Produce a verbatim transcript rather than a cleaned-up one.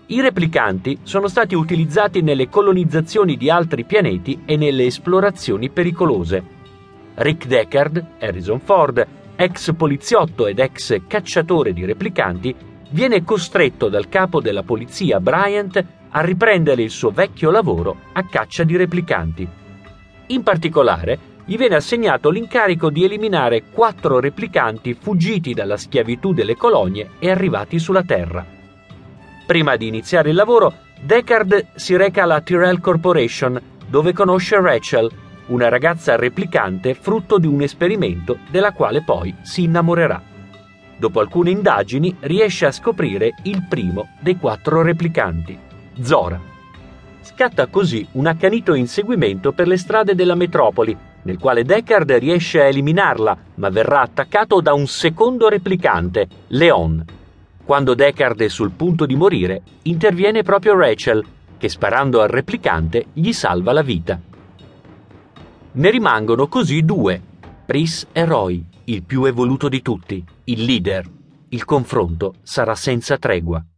I replicanti sono stati utilizzati nelle colonizzazioni di altri pianeti e nelle esplorazioni pericolose. Rick Deckard, Harrison Ford, ex poliziotto ed ex cacciatore di replicanti, viene costretto dal capo della polizia Bryant a riprendere il suo vecchio lavoro a caccia di replicanti. In particolare, gli viene assegnato l'incarico di eliminare quattro replicanti fuggiti dalla schiavitù delle colonie e arrivati sulla Terra. Prima di iniziare il lavoro, Deckard si reca alla Tyrell Corporation, dove conosce Rachel, una ragazza replicante frutto di un esperimento della quale poi si innamorerà. Dopo alcune indagini riesce a scoprire il primo dei quattro replicanti, Zora. Scatta così un accanito inseguimento per le strade della metropoli, nel quale Deckard riesce a eliminarla, ma verrà attaccato da un secondo replicante, Leon. Quando Deckard è sul punto di morire, interviene proprio Rachel, che sparando al replicante gli salva la vita. Ne rimangono così due, Pris e Roy, il più evoluto di tutti, il leader. Il confronto sarà senza tregua.